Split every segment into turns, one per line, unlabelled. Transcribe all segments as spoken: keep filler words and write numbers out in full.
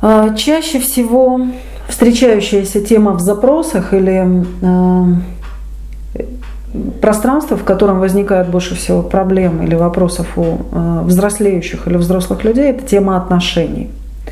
Чаще всего встречающаяся тема в запросах или пространство, в котором возникает больше всего проблем или вопросов у взрослеющих или взрослых людей, это тема отношений.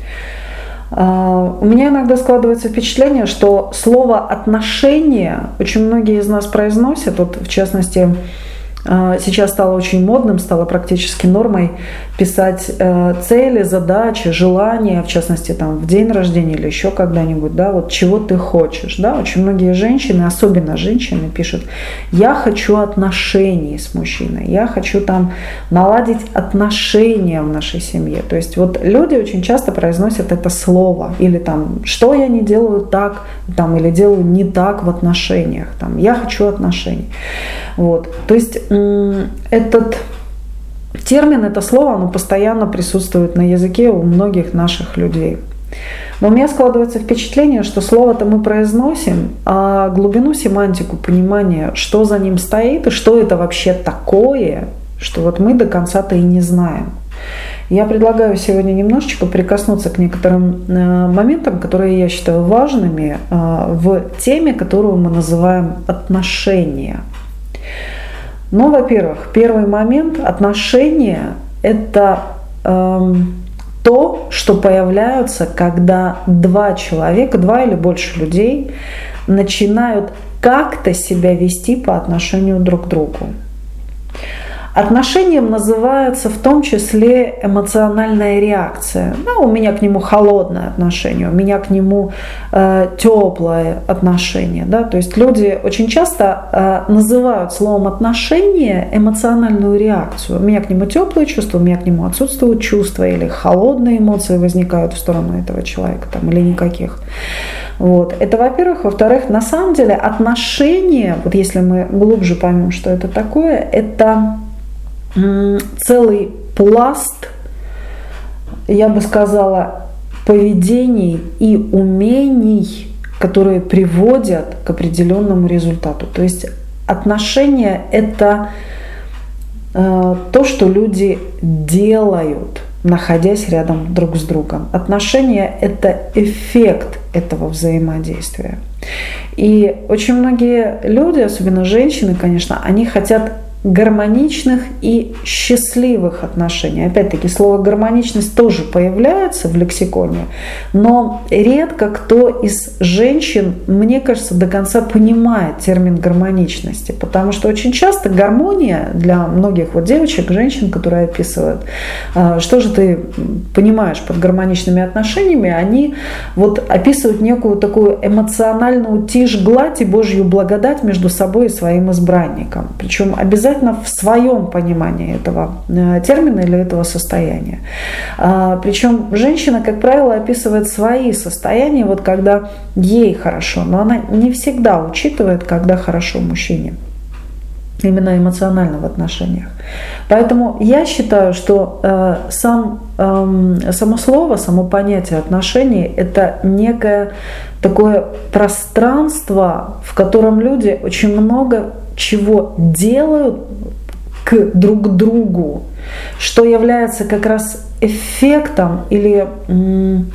У меня иногда складывается впечатление, что слово «отношения» очень многие из нас произносят, вот в частности, сейчас стало очень модным, стало практически нормой писать цели, задачи, желания, в частности, там, в день рождения или еще когда-нибудь, да, вот чего ты хочешь, да, очень многие женщины, особенно женщины, пишут: я хочу отношений с мужчиной, я хочу там наладить отношения в нашей семье, то есть вот люди очень часто произносят это слово, или там, что я не делаю так, там, или делаю не так в отношениях, там, я хочу отношений, вот, то есть этот термин, это слово, оно постоянно присутствует на языке у многих наших людей. Но у меня складывается впечатление, что слово-то мы произносим, а глубину, семантику, понимание, что за ним стоит и что это вообще такое, что вот мы до конца-то и не знаем. Я предлагаю сегодня немножечко прикоснуться к некоторым моментам, которые я считаю важными в теме, которую мы называем отношения. Ну, во-первых, первый момент – отношения – это э, то, что появляются, когда два человека, два или больше людей начинают как-то себя вести по отношению друг к другу. Отношением называется в том числе эмоциональная реакция. Ну, у меня к нему холодное отношение, у меня к нему э, теплое отношение. Да? То есть люди очень часто э, называют словом отношение эмоциональную реакцию. У меня к нему теплые чувства, у меня к нему отсутствуют чувства, или холодные эмоции возникают в сторону этого человека, там, или никаких. Вот. Это, во-первых. Во-вторых, на самом деле отношения, вот если мы глубже поймем, что это такое, это целый пласт, я бы сказала, поведений и умений, которые приводят к определенному результату. То есть отношения – это э, то, что люди делают, находясь рядом друг с другом. Отношения – это эффект этого взаимодействия. И очень многие люди, особенно женщины, конечно, они хотят гармоничных и счастливых отношений. Опять-таки, слово «гармоничность» тоже появляется в лексиконе, но редко кто из женщин, мне кажется, до конца понимает термин гармоничности, потому что очень часто гармония для многих вот девочек, женщин, которые описывают, что же ты понимаешь под гармоничными отношениями, они вот описывают некую такую эмоциональную тишь, гладь и Божью благодать между собой и своим избранником. Причем обязательно в своем понимании этого термина или этого состояния. Причем женщина, как правило, описывает свои состояния, вот когда ей хорошо, но она не всегда учитывает, когда хорошо мужчине. Именно эмоционально в отношениях. Поэтому я считаю, что э, сам, э, само слово, само понятие отношений – это некое такое пространство, в котором люди очень много чего делают к друг другу, что является как раз эффектом или м,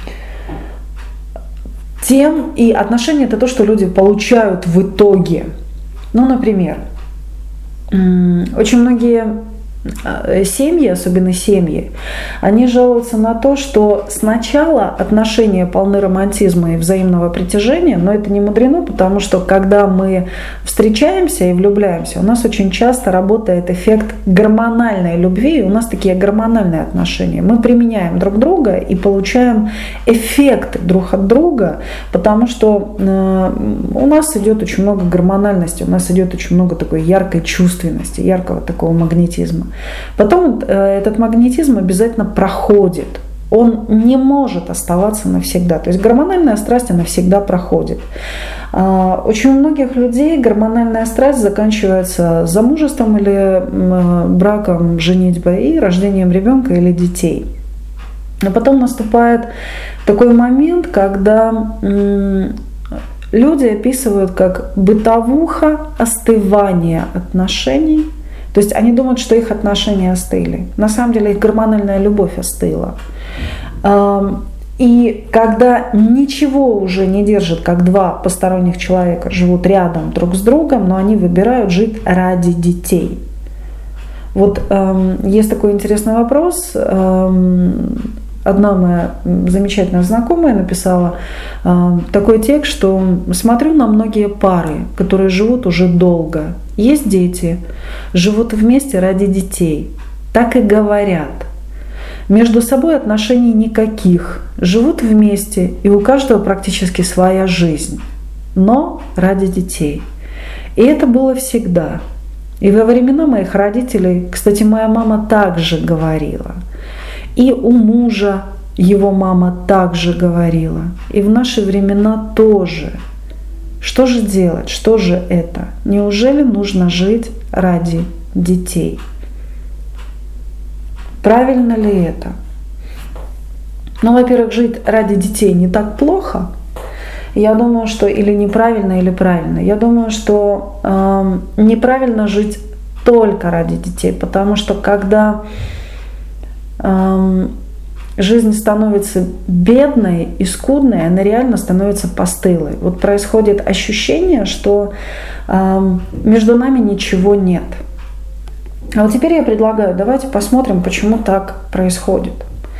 тем, и отношения – это то, что люди получают в итоге. Ну, например, очень многие семьи, особенно семьи, они жалуются на то, что сначала отношения полны романтизма и взаимного притяжения, но это не мудрено, потому что когда мы встречаемся и влюбляемся, у нас очень часто работает эффект гормональной любви, и у нас такие гормональные отношения. Мы применяем друг друга и получаем эффект друг от друга, потому что у нас идет очень много гормональности, у нас идет очень много такой яркой чувственности, яркого такого магнетизма. Потом этот магнетизм обязательно проходит. Он не может оставаться навсегда. То есть гормональная страсть, она всегда проходит. Очень у многих людей гормональная страсть заканчивается замужеством или браком, женитьбой и рождением ребенка или детей. А потом наступает такой момент, когда люди описывают как бытовуха, остывание отношений. То есть они думают, что их отношения остыли. На самом деле их гормональная любовь остыла. И когда ничего уже не держит, как два посторонних человека живут рядом друг с другом, но они выбирают жить ради детей. Вот эм, есть такой интересный вопрос. Эм, одна моя замечательная знакомая написала эм, такой текст, что смотрю на многие пары, которые живут уже долго. Есть дети, живут вместе ради детей. Так и говорят. Между собой отношений никаких. Живут вместе, и у каждого практически своя жизнь. Но ради детей. И это было всегда. И во времена моих родителей, кстати, моя мама также говорила. И у мужа его мама также говорила. И в наши времена тоже. Что же делать? Что же это? Неужели нужно жить ради детей? Правильно ли это? Ну, во-первых, жить ради детей не так плохо. Я думаю, что или неправильно, или правильно. Я думаю, что э, неправильно жить только ради детей, потому что когда э, жизнь становится бедной и скудной, она реально становится постылой. Вот происходит ощущение, что э, между нами ничего нет. А вот теперь я предлагаю, давайте посмотрим, почему так происходит.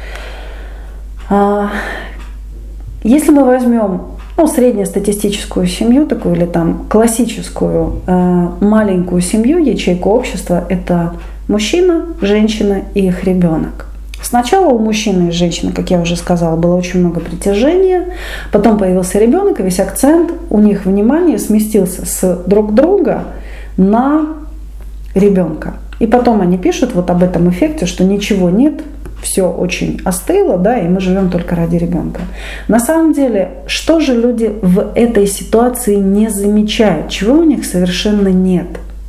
Если мы возьмем ну, среднестатистическую семью, такую или там классическую маленькую семью, ячейку общества, это мужчина, женщина и их ребенок. Сначала у мужчины и женщины, как я уже сказала, было очень много притяжения, потом появился ребенок, и весь акцент у них внимания сместился с друг друга на ребенка. И потом они пишут вот об этом эффекте, что ничего нет, все очень остыло, да, и мы живем только ради ребенка. На самом деле, что же люди в этой ситуации не замечают, чего у них совершенно нет?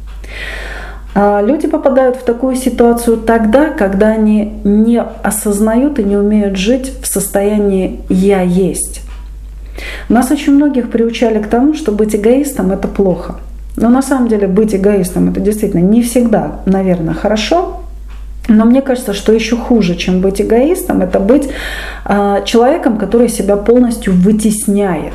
Люди попадают в такую ситуацию тогда, когда они не осознают и не умеют жить в состоянии «я есть». Нас очень многих приучали к тому, что быть эгоистом – это плохо. Но на самом деле быть эгоистом – это действительно не всегда, наверное, хорошо. Но мне кажется, что еще хуже, чем быть эгоистом, это быть э, человеком, который себя полностью вытесняет.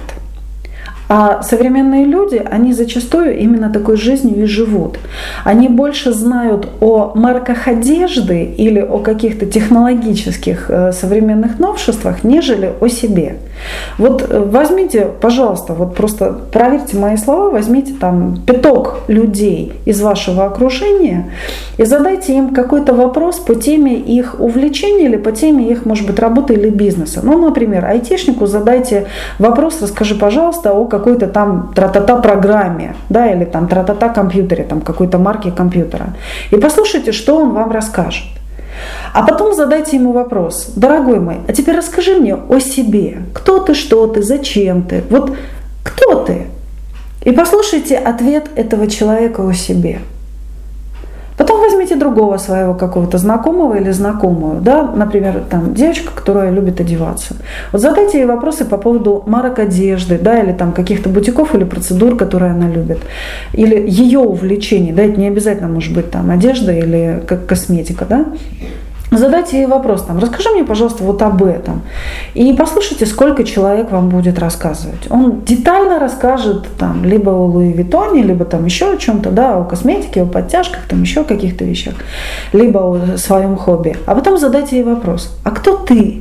А современные люди, они зачастую именно такой жизнью и живут. Они больше знают о марках одежды или о каких-то технологических э, современных новшествах, нежели о себе. Вот возьмите, пожалуйста, вот просто проверьте мои слова, возьмите там пяток людей из вашего окружения и задайте им какой-то вопрос по теме их увлечения или по теме их, может быть, работы или бизнеса. Ну, например, айтишнику задайте вопрос, расскажи, пожалуйста, о какой-то там тра-та-та программе, да, или там тра-та-та компьютере, там какой-то марки компьютера. И послушайте, что он вам расскажет. А потом задайте ему вопрос: дорогой мой, а теперь расскажи мне о себе. Кто ты, что ты, зачем ты? Вот кто ты? И послушайте ответ этого человека о себе. Потом возьмите другого своего какого-то знакомого или знакомую, да, например, там девочка, которая любит одеваться. Вот задайте ей вопросы по поводу марок одежды, да, или там каких-то бутиков или процедур, которые она любит, или ее увлечений, да, это не обязательно может быть там одежда или как косметика, да. Задайте ей вопрос, там, расскажи мне, пожалуйста, вот об этом. И послушайте, сколько человек вам будет рассказывать. Он детально расскажет там, либо о Луи Виттоне, либо там еще о чем-то, да, о косметике, о подтяжках, там еще о каких-то вещах, либо о своем хобби. А потом задайте ей вопрос: а кто ты?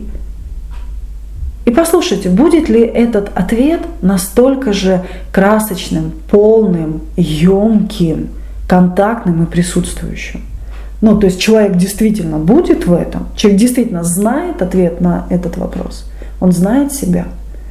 И послушайте, будет ли этот ответ настолько же красочным, полным, емким, контактным и присутствующим. Ну, то есть человек действительно будет в этом, человек действительно знает ответ на этот вопрос, он знает себя.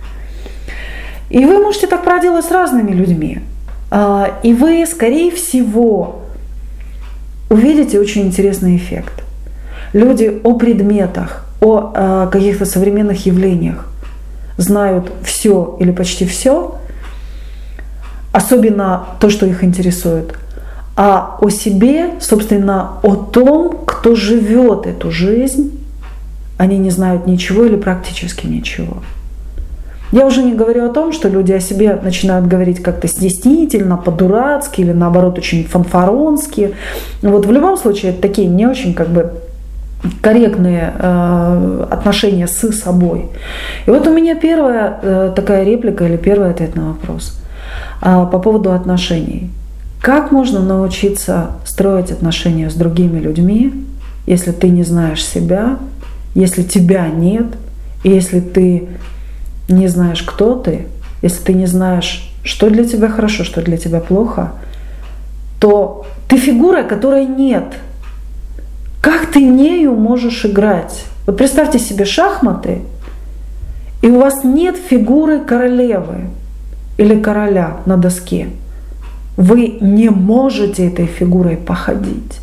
И вы можете так проделать с разными людьми. И вы, скорее всего, увидите очень интересный эффект. Люди о предметах, о каких-то современных явлениях знают все или почти все, особенно то, что их интересует. А о себе, собственно, о том, кто живет эту жизнь, они не знают ничего или практически ничего. Я уже не говорю о том, что люди о себе начинают говорить как-то стеснительно, по-дурацки или наоборот очень фанфаронски. Вот в любом случае это такие не очень как бы корректные э, отношения с собой. И вот у меня первая э, такая реплика или первый ответ на вопрос э, по поводу отношений. Как можно научиться строить отношения с другими людьми, если ты не знаешь себя, если тебя нет, и если ты не знаешь, кто ты, если ты не знаешь, что для тебя хорошо, что для тебя плохо, то ты фигура, которой нет. Как ты нею можешь играть? Вот представьте себе шахматы, и у вас нет фигуры королевы или короля на доске. Вы не можете этой фигурой походить.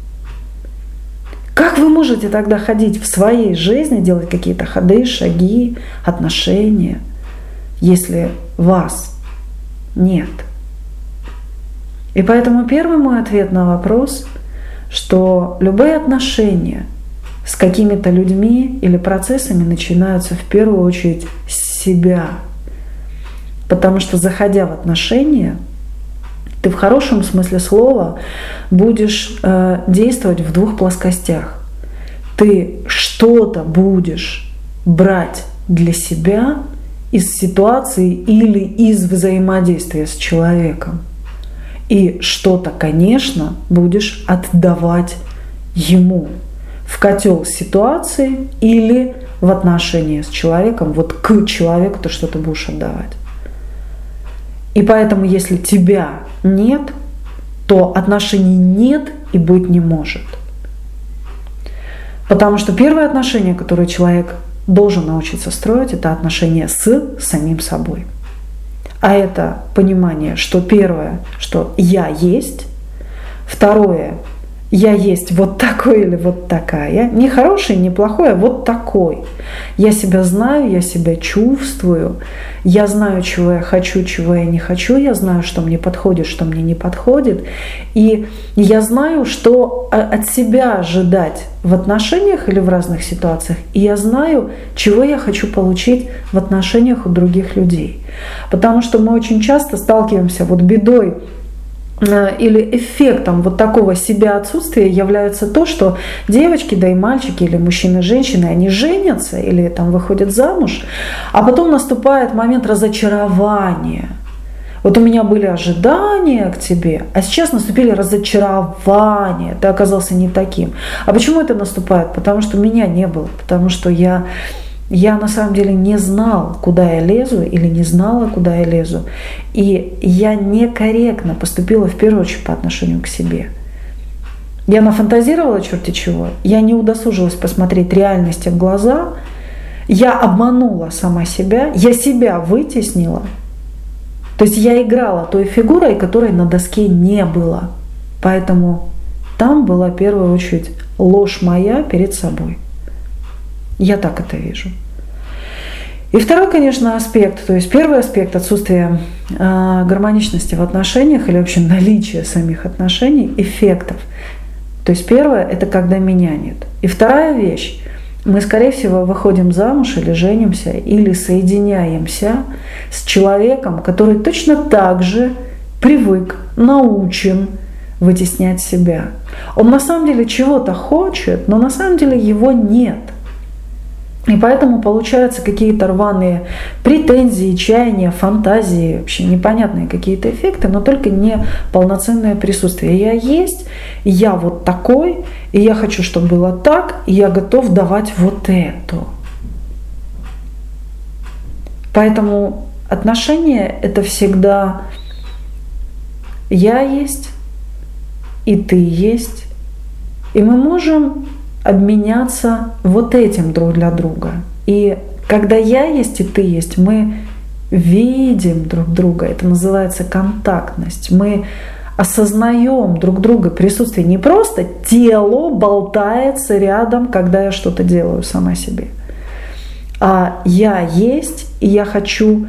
Как вы можете тогда ходить в своей жизни, делать какие-то ходы, шаги, отношения, если вас нет? И поэтому первый мой ответ на вопрос, что любые отношения с какими-то людьми или процессами начинаются в первую очередь с себя. Потому что, заходя в отношения, ты в хорошем смысле слова будешь э, действовать в двух плоскостях. Ты что-то будешь брать для себя из ситуации или из взаимодействия с человеком. И что-то, конечно, будешь отдавать ему в котел ситуации или в отношении с человеком, вот к человеку ты что-то будешь отдавать. И поэтому, если тебя нет, то отношений нет и быть не может. Потому что первое отношение, которое человек должен научиться строить, это отношение с самим собой. А это понимание, что первое, что я есть, второе, я есть вот такой или вот такая, не хороший, не плохой, а вот такой. Я себя знаю, я себя чувствую, я знаю, чего я хочу, чего я не хочу, я знаю, что мне подходит, что мне не подходит, и я знаю, что от себя ожидать в отношениях или в разных ситуациях, и я знаю, чего я хочу получить в отношениях у других людей. Потому что мы очень часто сталкиваемся вот бедой, или эффектом вот такого себя отсутствия является то, что девочки, да и мальчики, или мужчины, женщины, они женятся или там выходят замуж, а потом наступает момент разочарования. Вот у меня были ожидания к тебе, а сейчас наступили разочарования, ты оказался не таким. А почему это наступает? Потому что меня не было, потому что я... Я на самом деле не знал, куда я лезу, или не знала, куда я лезу. И я некорректно поступила в первую очередь по отношению к себе. Я нафантазировала черти чего, я не удосужилась посмотреть реальности в глаза, я обманула сама себя, я себя вытеснила. То есть я играла той фигурой, которой на доске не было. Поэтому там была в первую очередь ложь моя перед собой. Я так это вижу. И второй, конечно, аспект, то есть первый аспект отсутствия э, гармоничности в отношениях или вообще наличия самих отношений, эффектов. То есть первое – это когда меня нет. И вторая вещь – мы, скорее всего, выходим замуж или женимся, или соединяемся с человеком, который точно так же привык, научен вытеснять себя. Он на самом деле чего-то хочет, но на самом деле его нет. И поэтому получаются какие-то рваные претензии, чаяния, фантазии, вообще непонятные какие-то эффекты, но только не полноценное присутствие. Я есть, и я вот такой, и я хочу, чтобы было так, и я готов давать вот это. Поэтому отношения – это всегда я есть, и ты есть, и мы можем обменяться вот этим друг для друга. И когда я есть и ты есть, мы видим друг друга. Это называется контактность. Мы осознаем друг друга присутствие. Не просто тело болтается рядом, когда я что-то делаю сама себе. А я есть, и я хочу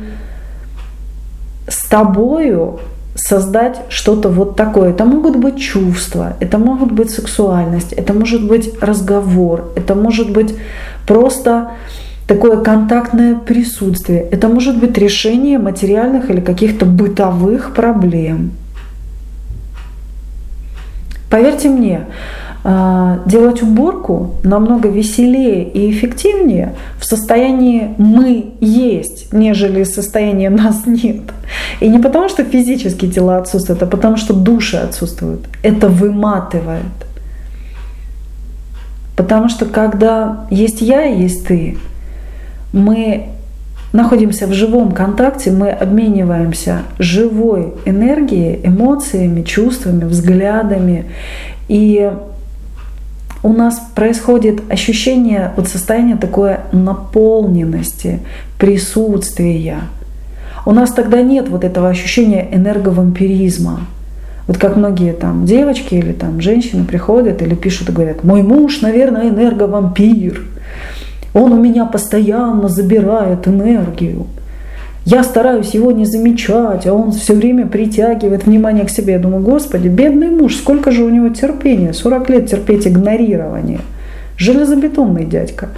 с тобою создать что-то вот такое. Это могут быть чувства, это может быть сексуальность, это может быть разговор, это может быть просто такое контактное присутствие, это может быть решение материальных или каких-то бытовых проблем. Поверьте мне, делать уборку намного веселее и эффективнее в состоянии «мы есть», нежели в состоянии «нас нет». И не потому, что физически тела отсутствуют, а потому, что души отсутствуют. Это выматывает. Потому что когда есть я и есть ты, мы находимся в живом контакте, мы обмениваемся живой энергией, эмоциями, чувствами, взглядами. И у нас происходит ощущение, вот состояние такой наполненности, присутствия. У нас тогда нет вот этого ощущения энерговампиризма. Вот как многие там девочки или там женщины приходят или пишут и говорят: мой муж, наверное, энерговампир. Он у меня постоянно забирает энергию. Я стараюсь его не замечать, а он все время притягивает внимание к себе. Я думаю: Господи, бедный муж, сколько же у него терпения? сорок лет терпеть игнорирование. Железобетонный дядька.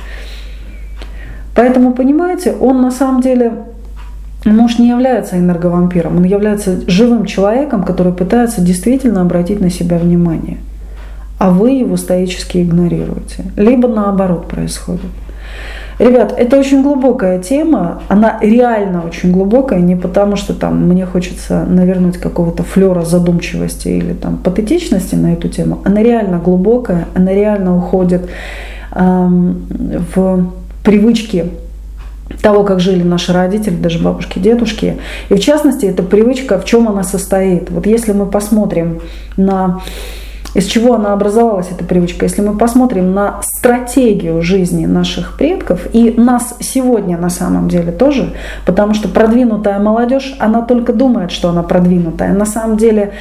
Поэтому, понимаете, он на самом деле, муж не является энерговампиром, он является живым человеком, который пытается действительно обратить на себя внимание. А вы его стоически игнорируете. Либо наоборот происходит. Ребят, это очень глубокая тема, она реально очень глубокая, не потому что там мне хочется навернуть какого-то флера задумчивости или там патетичности на эту тему. Она реально глубокая, она реально уходит эм, в привычки того, как жили наши родители, даже бабушки, дедушки. И в частности, эта привычка, в чем она состоит. Вот если мы посмотрим на... Из чего она образовалась, эта привычка? Если мы посмотрим на стратегию жизни наших предков и нас сегодня на самом деле тоже, потому что продвинутая молодежь, она только думает, что она продвинутая. На самом деле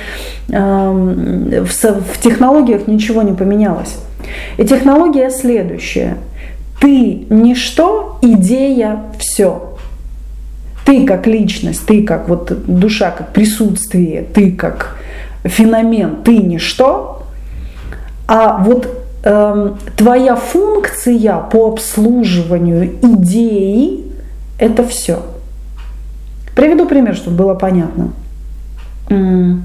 э, в, в технологиях ничего не поменялось. И технология следующая. Ты ничто, идея все. Ты как личность, ты как вот душа, как присутствие, ты как феномен, ты ничто. А вот э, твоя функция по обслуживанию идеи – это все. Приведу пример, чтобы было понятно. Ну,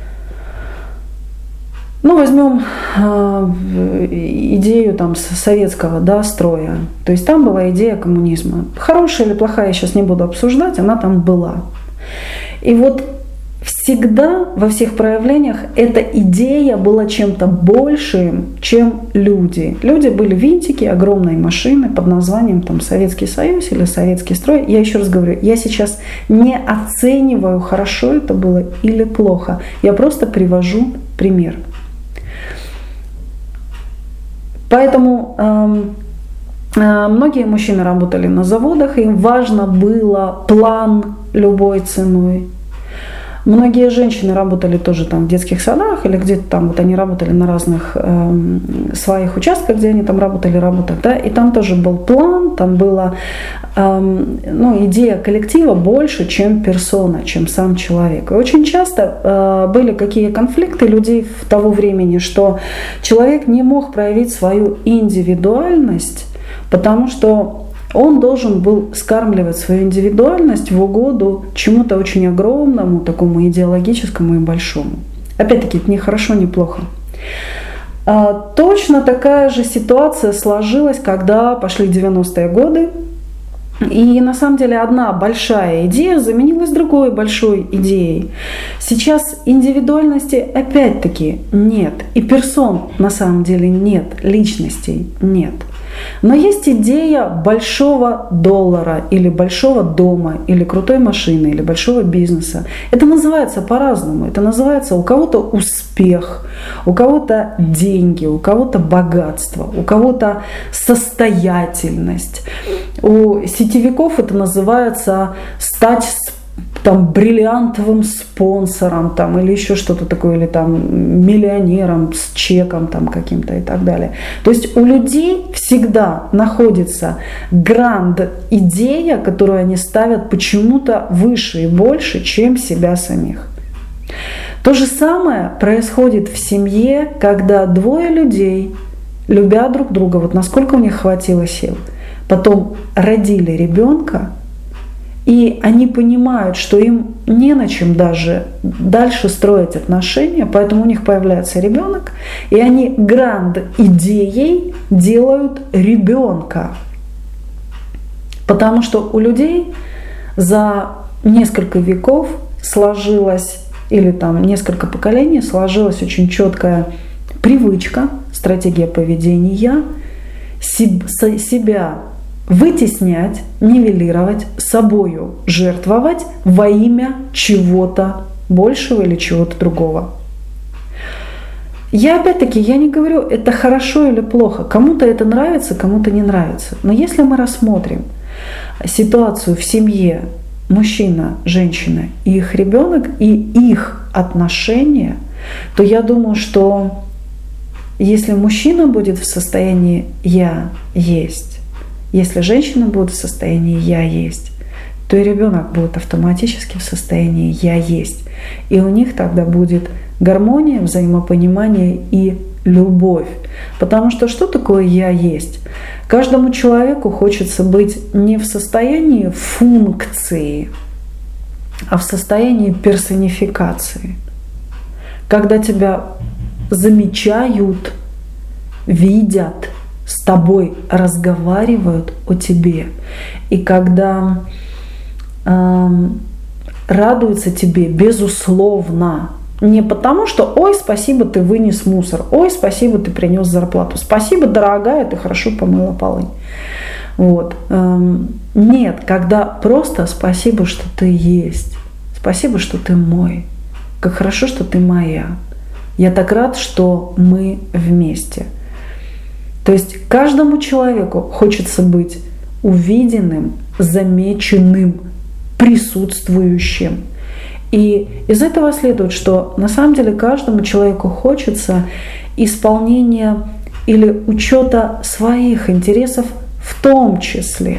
возьмем э, идею там, советского, да, строя. То есть там была идея коммунизма. Хорошая или плохая, я сейчас не буду обсуждать, она там была. И вот всегда во всех проявлениях эта идея была чем-то большим, чем люди. Люди были винтики огромной машины под названием там, Советский Союз или Советский строй. Я еще раз говорю, я сейчас не оцениваю, хорошо это было или плохо. Я просто привожу пример. Поэтому э, э, многие мужчины работали на заводах, им важно было план любой ценой. Многие женщины работали тоже там в детских садах или где-то там, вот они работали на разных э, своих участках, где они там работали, работах, да, и там тоже был план, там была э, ну, идея коллектива больше, чем персона, чем сам человек. И очень часто э, были какие конфликты людей в того времени, что человек не мог проявить свою индивидуальность, потому что он должен был скармливать свою индивидуальность в угоду чему-то очень огромному, такому идеологическому и большому. Опять-таки, это не хорошо, не плохо. Точно такая же ситуация сложилась, когда пошли девяностые годы. И на самом деле одна большая идея заменилась другой большой идеей. Сейчас индивидуальности опять-таки нет. И персон на самом деле нет, личностей нет. Но есть идея большого доллара, или большого дома, или крутой машины, или большого бизнеса. Это называется по-разному. Это называется у кого-то успех, у кого-то деньги, у кого-то богатство, у кого-то состоятельность. У сетевиков это называется стать там бриллиантовым спонсором там, или еще что-то такое, или там миллионером с чеком там каким-то и так далее. То есть у людей всегда находится гранд-идея, которую они ставят почему-то выше и больше, чем себя самих. То же самое происходит в семье, когда двое людей, любя друг друга, вот насколько у них хватило сил, потом родили ребенка. И они понимают, что им не на чем даже дальше строить отношения, поэтому у них появляется ребенок, и они гранд-идеей делают ребенка. Потому что у людей за несколько веков сложилась, или там несколько поколений сложилась очень четкая привычка, стратегия поведения, себя вытеснять, нивелировать, собою жертвовать во имя чего-то большего или чего-то другого. Я опять-таки, я не говорю, это хорошо или плохо. Кому-то это нравится, кому-то не нравится. Но если мы рассмотрим ситуацию в семье мужчина, женщина и их ребенок, и их отношения, то я думаю, что если мужчина будет в состоянии «я есть», если женщина будет в состоянии «я есть», то и ребенок будет автоматически в состоянии «я есть». И у них тогда будет гармония, взаимопонимание и любовь. Потому что что такое «я есть»? Каждому человеку хочется быть не в состоянии функции, а в состоянии персонификации. Когда тебя замечают, видят, с тобой разговаривают о тебе. И когда э, радуются тебе безусловно, не потому что «Ой, спасибо, ты вынес мусор», «Ой, спасибо, ты принес зарплату», «Спасибо, дорогая, ты хорошо помыла полы». Вот. Эм, нет, когда просто «Спасибо, что ты есть», «Спасибо, что ты мой», «Как хорошо, что ты моя», «Я так рад, что мы вместе». То есть каждому человеку хочется быть увиденным, замеченным, присутствующим. И из этого следует, что на самом деле каждому человеку хочется исполнения или учета своих интересов в том числе.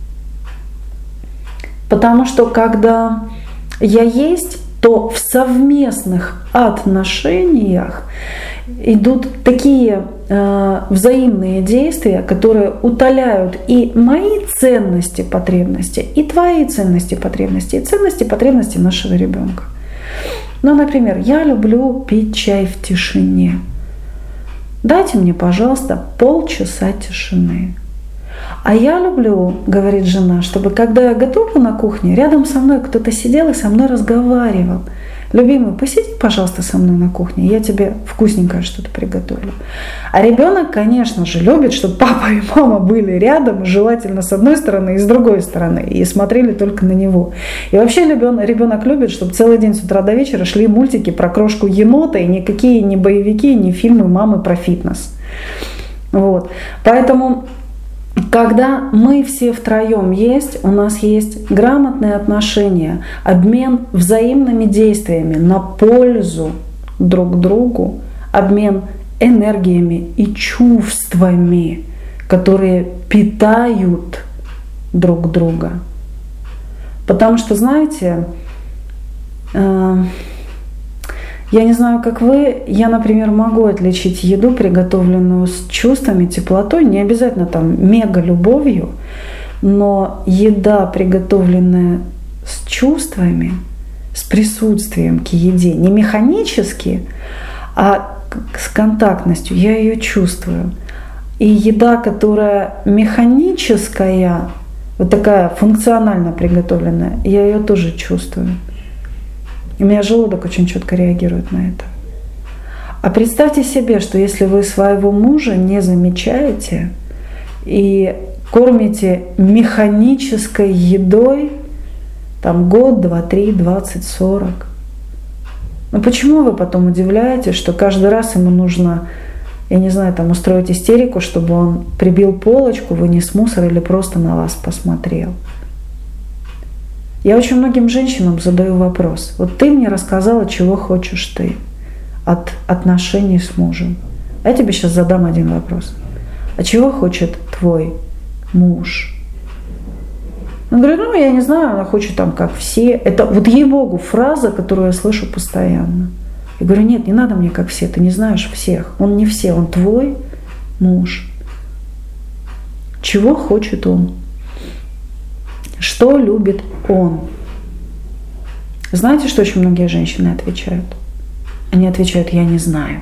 Потому что когда я есть, то в совместных отношениях идут такие э, взаимные действия, которые утоляют и мои ценности, потребности, и твои ценности, потребности, и ценности, потребности нашего ребенка. Ну, например, я люблю пить чай в тишине. Дайте мне, пожалуйста, полчаса тишины. А я люблю, говорит жена, чтобы когда я готовлю на кухне, рядом со мной кто-то сидел и со мной разговаривал. Любимый, посиди, пожалуйста, со мной на кухне, я тебе вкусненькое что-то приготовлю. А ребенок, конечно же, любит, чтобы папа и мама были рядом, желательно с одной стороны и с другой стороны, и смотрели только на него. И вообще ребенок любит, чтобы целый день с утра до вечера шли мультики про крошку енота, и никакие не боевики, не фильмы мамы про фитнес. Вот. Поэтому когда мы все втроем есть, у нас есть грамотные отношения, обмен взаимными действиями на пользу друг другу, обмен энергиями и чувствами, которые питают друг друга. Потому что, знаете, я не знаю, как вы, я, например, могу отличить еду, приготовленную с чувствами, теплотой, не обязательно там мега любовью, но еда, приготовленная с чувствами, с присутствием к еде, не механически, а с контактностью, я ее чувствую. И еда, которая механическая, вот такая функционально приготовленная, я ее тоже чувствую. У меня желудок очень четко реагирует на это. А представьте себе, что если вы своего мужа не замечаете и кормите механической едой там год, два, три, двадцать, сорок, ну почему вы потом удивляетесь, что каждый раз ему нужно, я не знаю, там устроить истерику, чтобы он прибил полочку, вынес мусор или просто на вас посмотрел? Я очень многим женщинам задаю вопрос. Вот ты мне рассказала, чего хочешь ты от отношений с мужем. А я тебе сейчас задам один вопрос. А чего хочет твой муж? Он говорит, ну я не знаю, она хочет там как все. Это вот ей-богу фраза, которую я слышу постоянно. Я говорю, нет, не надо мне как все, ты не знаешь всех. Он не все, он твой муж. Чего хочет он? Что любит он? Знаете, что очень многие женщины отвечают? Они отвечают: я не знаю.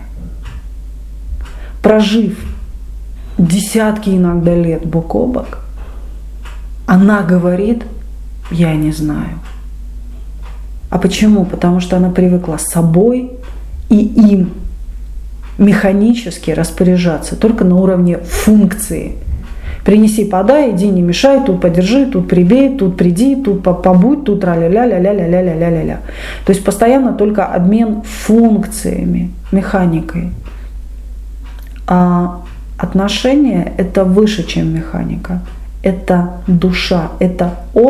Прожив десятки иногда лет бок о бок, она говорит: я не знаю. А почему? Потому что она привыкла с собой и им механически распоряжаться только на уровне функции. Принеси, подай, иди, не мешай, тут подержи, тут прибей, тут приди, тут побудь, тут ля-ля-ля-ля-ля-ля-ля-ля-ля-ля. То есть постоянно только обмен функциями, механикой. А отношения – это выше, чем механика. Это душа, это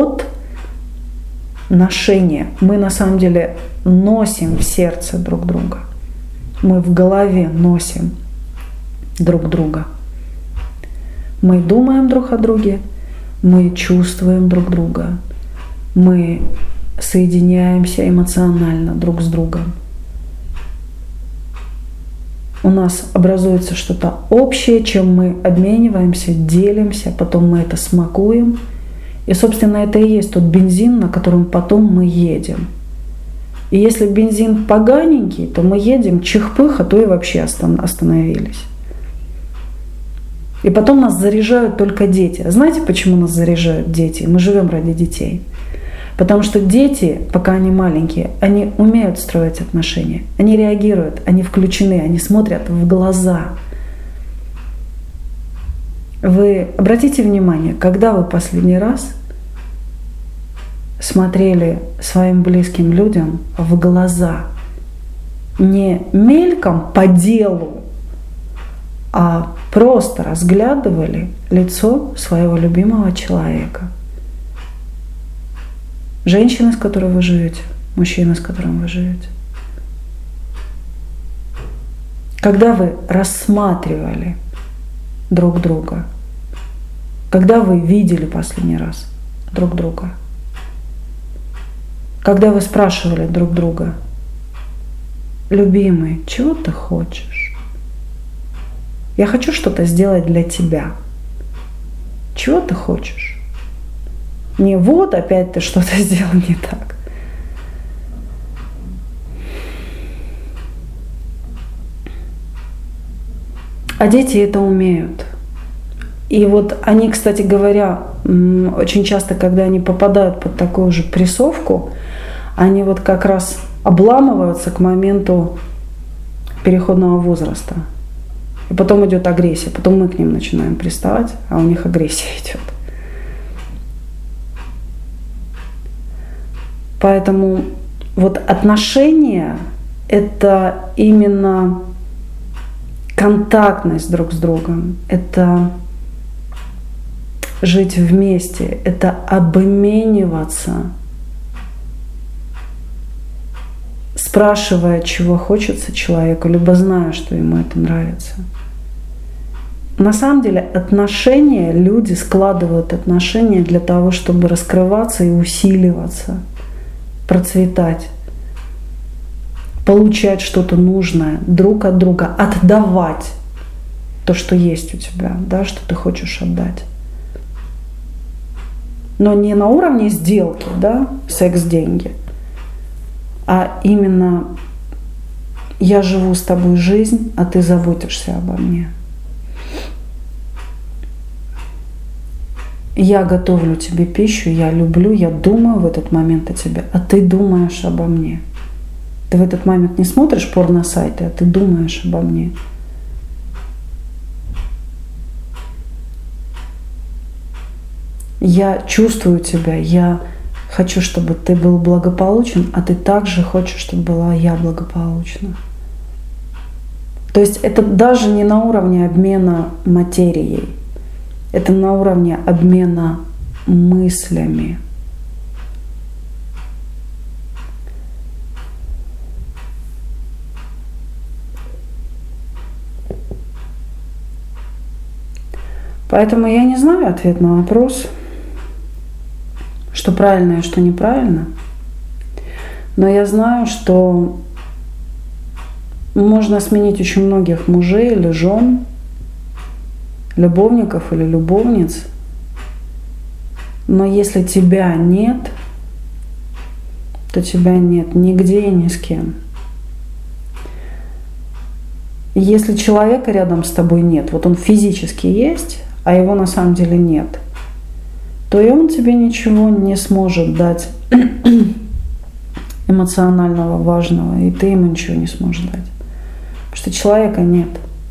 отношения. Мы на самом деле носим в сердце друг друга. Мы в голове носим друг друга. Мы думаем друг о друге, мы чувствуем друг друга, мы соединяемся эмоционально друг с другом. У нас образуется что-то общее, чем мы обмениваемся, делимся, потом мы это смакуем. И, собственно, это и есть тот бензин, на котором потом мы едем. И если бензин поганенький, то мы едем чих-пых, а то и вообще остановились. И потом нас заряжают только дети. А знаете, почему нас заряжают дети? Мы живем ради детей. Потому что дети, пока они маленькие, они умеют строить отношения. Они реагируют, они включены, они смотрят в глаза. Вы обратите внимание, когда вы последний раз смотрели своим близким людям в глаза? Не мельком по делу, а просто разглядывали лицо своего любимого человека. Женщина, с которой вы живете, мужчина, с которым вы живете. Когда вы рассматривали друг друга, когда вы видели последний раз друг друга, когда вы спрашивали друг друга: любимый, чего ты хочешь? Я хочу что-то сделать для тебя. Чего ты хочешь? Не вот опять ты что-то сделал не так. А дети это умеют. И вот они, кстати говоря, очень часто, когда они попадают под такую же прессовку, они вот как раз обламываются к моменту переходного возраста. И потом идет агрессия. Потом мы к ним начинаем приставать, а у них агрессия идет. Поэтому вот отношения – это именно контактность друг с другом, это жить вместе, это обмениваться, спрашивая, чего хочется человеку, либо зная, что ему это нравится. На самом деле отношения, люди складывают отношения для того, чтобы раскрываться и усиливаться, процветать, получать что-то нужное друг от друга, отдавать то, что есть у тебя, да, что ты хочешь отдать. Но не на уровне сделки, да, секс-деньги, а именно я живу с тобой жизнь, а ты заботишься обо мне. Я готовлю тебе пищу, я люблю, я думаю в этот момент о тебе, а ты думаешь обо мне. Ты в этот момент не смотришь порно-сайты, а ты думаешь обо мне. Я чувствую тебя, я хочу, чтобы ты был благополучен, а ты также хочешь, чтобы была я благополучна. То есть это даже не на уровне обмена материей. Это на уровне обмена мыслями. Поэтому я не знаю ответ на вопрос, что правильно и что неправильно. Но я знаю, что можно сменить очень многих мужей или жен, любовников или любовниц, Но если тебя нет, то тебя нет нигде и ни с кем. Если человека рядом с тобой нет, вот он физически есть, а его на самом деле нет, то и он тебе ничего не сможет дать эмоционального, важного, и ты ему ничего не сможешь дать. Потому что человека нет.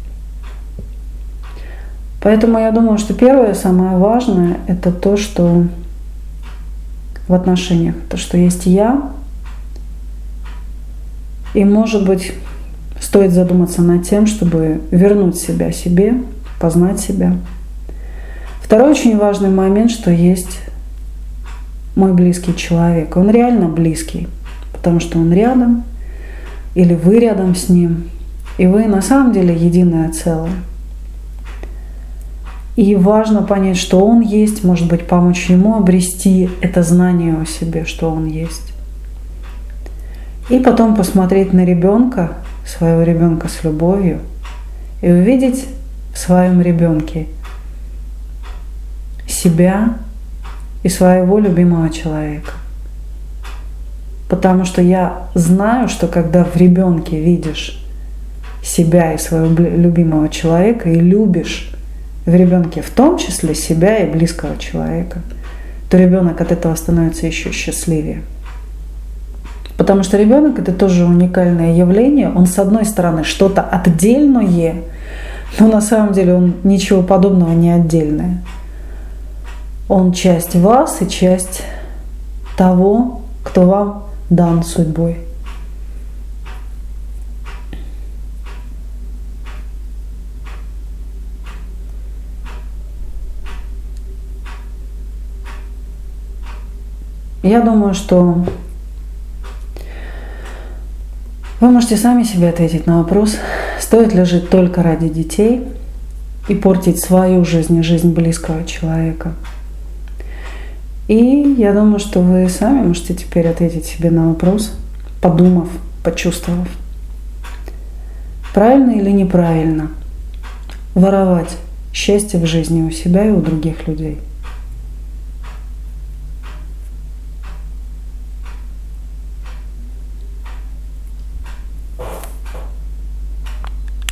Поэтому я думаю, что первое, самое важное, это то, что в отношениях, то, что есть я, и, может быть, стоит задуматься над тем, чтобы вернуть себя себе, познать себя. Второй очень важный момент, что есть мой близкий человек. Он реально близкий, потому что он рядом, или вы рядом с ним, и вы на самом деле единое целое. И важно понять, что он есть, может быть, помочь ему обрести это знание о себе, что он есть. И потом посмотреть на ребенка, своего ребенка с любовью, и увидеть в своем ребенке себя и своего любимого человека. Потому что я знаю, что когда в ребенке видишь себя и своего любимого человека, и любишь в ребенке в том числе себя и близкого человека, то ребенок от этого становится еще счастливее. Потому что ребенок — это тоже уникальное явление. Он, с одной стороны, что-то отдельное, но на самом деле он ничего подобного не отдельное. Он часть вас и часть того, кто вам дан судьбой. Я думаю, что вы можете сами себе ответить на вопрос, стоит ли жить только ради детей и портить свою жизнь и жизнь близкого человека. И я думаю, что вы сами можете теперь ответить себе на вопрос, подумав, почувствовав, правильно или неправильно воровать счастье в жизни у себя и у других людей.